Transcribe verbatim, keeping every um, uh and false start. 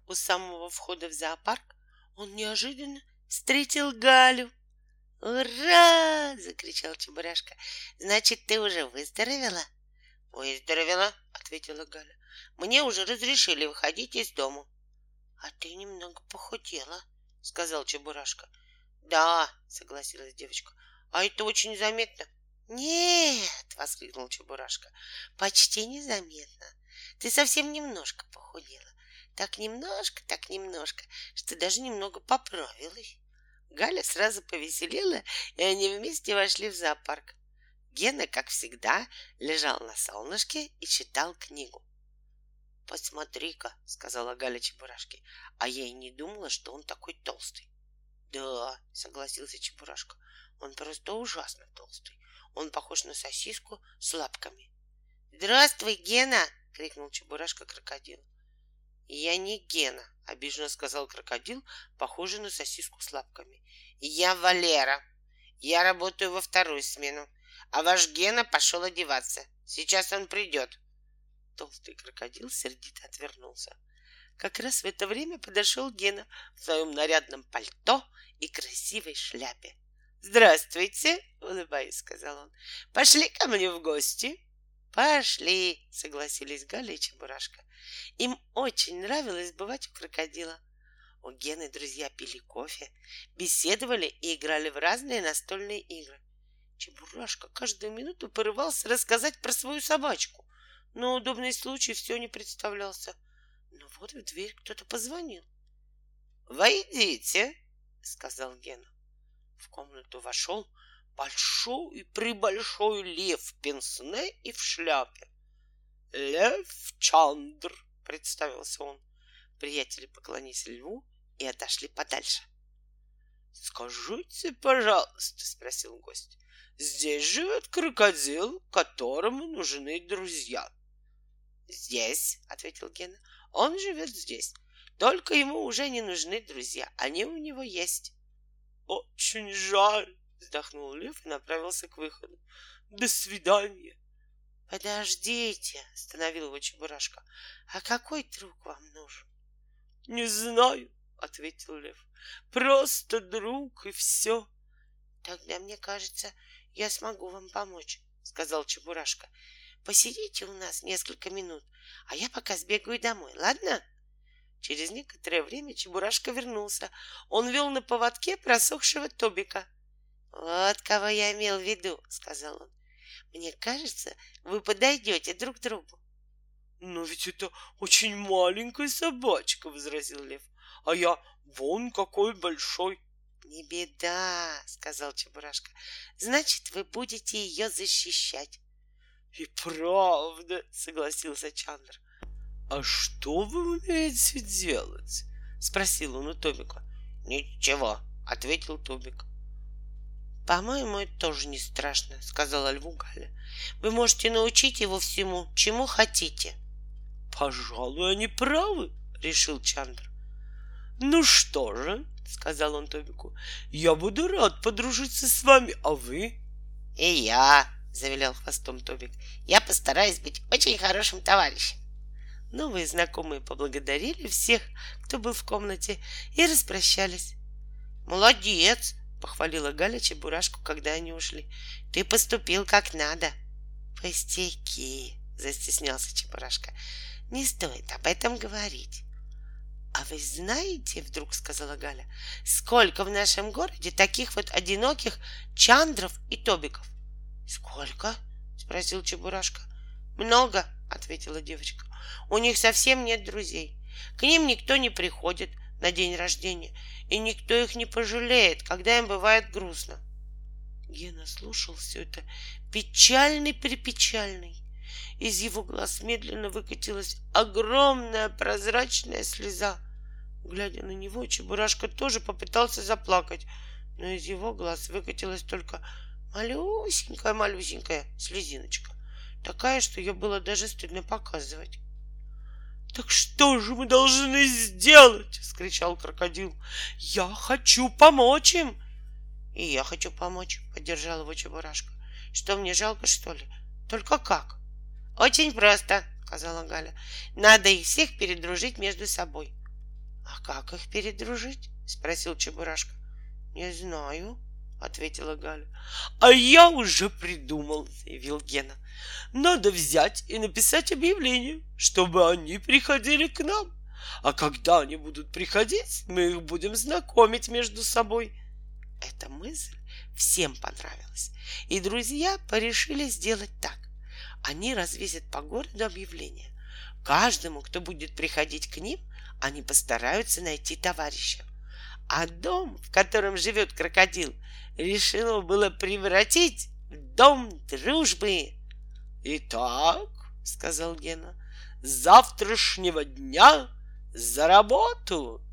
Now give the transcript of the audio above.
У самого входа в зоопарк он неожиданно встретил Галю. «Ура!» — закричал Чебурашка. «Значит, ты уже выздоровела?» «Выздоровела», — ответила Галя. «Мне уже разрешили выходить из дома». «А ты немного похудела», — сказал Чебурашка. «Да», — согласилась девочка. «А это очень заметно». «Нет!» — воскликнул Чебурашка. «Почти незаметно. Ты совсем немножко похудела. Так немножко, так немножко, что даже немного поправилась». Галя сразу повеселела, и они вместе вошли в зоопарк. Гена, как всегда, лежал на солнышке и читал книгу. «Посмотри-ка», — сказала Галя Чебурашке, — «а я и не думала, что он такой толстый». «Да», — согласился Чебурашка, — «он просто ужасно толстый. Он похож на сосиску с лапками». «Здравствуй, Гена!» — крикнул Чебурашка крокодилу. «Я не Гена», — обиженно сказал крокодил, похожий на сосиску с лапками. «Я Валера. Я работаю во вторую смену, а ваш Гена пошел одеваться. Сейчас он придет». Толстый крокодил сердито отвернулся. Как раз в это время подошел Гена в своем нарядном пальто и красивой шляпе. «Здравствуйте», — улыбаясь, сказал он. «Пошли ко мне в гости». «Пошли», — согласились Галя и Чебурашка. Им очень нравилось бывать у крокодила. У Гены друзья пили кофе, беседовали и играли в разные настольные игры. Чебурашка каждую минуту порывался рассказать про свою собачку, но удобный случай все не представлялся. Но вот в дверь кто-то позвонил. «Войдите», — сказал Гена. В комнату вошел большой и пребольшой лев в пенсне и в шляпе. «Лев Чандр», — представился он. Приятели поклонились льву и отошли подальше. «Скажите, пожалуйста, — спросил гость, — здесь живет крокодил, которому нужны друзья?» «Здесь, — ответил Гена, — он живет здесь. Только ему уже не нужны друзья, они у него есть». «Очень жаль, — вздохнул лев и направился к выходу. До свидания». «Подождите, — остановил его Чебурашка, — а какой друг вам нужен?» «Не знаю, — ответил лев, — просто друг и все». «Тогда, мне кажется, я смогу вам помочь, — сказал Чебурашка. Посидите у нас несколько минут, а я пока сбегаю домой, ладно?» Через некоторое время Чебурашка вернулся. Он вел на поводке просохшего Тобика. «Вот кого я имел в виду, — сказал он. Мне кажется, вы подойдете друг другу». «Но ведь это очень маленькая собачка, — возразил лев, — а я вон какой большой». «Не беда, — сказал Чебурашка, — значит, вы будете ее защищать». «И правда, — согласился Чандр. — А что вы умеете делать? — спросил он у Тобика. «Ничего, — ответил Тобик. «По-моему, это тоже не страшно, — сказала льву Галя. Вы можете научить его всему, чему хотите». «Пожалуй, они правы, — решил Чандр. — Ну что же, — сказал он Тобику, — я буду рад подружиться с вами, а вы?» «И я, — завилял хвостом Тобик, — я постараюсь быть очень хорошим товарищем». Новые знакомые поблагодарили всех, кто был в комнате, и распрощались. «Молодец, — похвалила Галя Чебурашку, когда они ушли. — Ты поступил как надо». «Пустяки, — застеснялся Чебурашка, — не стоит об этом говорить». «А вы знаете, — вдруг сказала Галя, — сколько в нашем городе таких вот одиноких Чандров и Тобиков?» «Сколько?» — спросил Чебурашка. «Много, — ответила девочка. У них совсем нет друзей. К ним никто не приходит на день рождения, и никто их не пожалеет, когда им бывает грустно». Гена слушал все это печальный-препечальный. Из его глаз медленно выкатилась огромная прозрачная слеза. Глядя на него, Чебурашка тоже попытался заплакать, но из его глаз выкатилась только малюсенькая-малюсенькая слезиночка, такая, что ее было даже стыдно показывать. «Так что же мы должны сделать?» — вскричал крокодил. «Я хочу помочь им!» «И я хочу помочь», — поддержал его Чебурашка. «Что, мне жалко, что ли? Только как?» «Очень просто», — сказала Галя. «Надо их всех передружить между собой». А как их передружить? Спросил Чебурашка. Не знаю, ответила Галя. А я уже придумал, заявил Гена. Надо взять и написать объявление, чтобы они приходили к нам. А когда они будут приходить, мы их будем знакомить между собой. Эта мысль всем понравилась, и друзья порешили сделать так. Они развесят по городу объявления. Каждому, кто будет приходить к ним, они постараются найти товарища. А дом, в котором живет крокодил, решено было превратить в дом дружбы. Итак, сказал Гена, с завтрашнего дня за работу.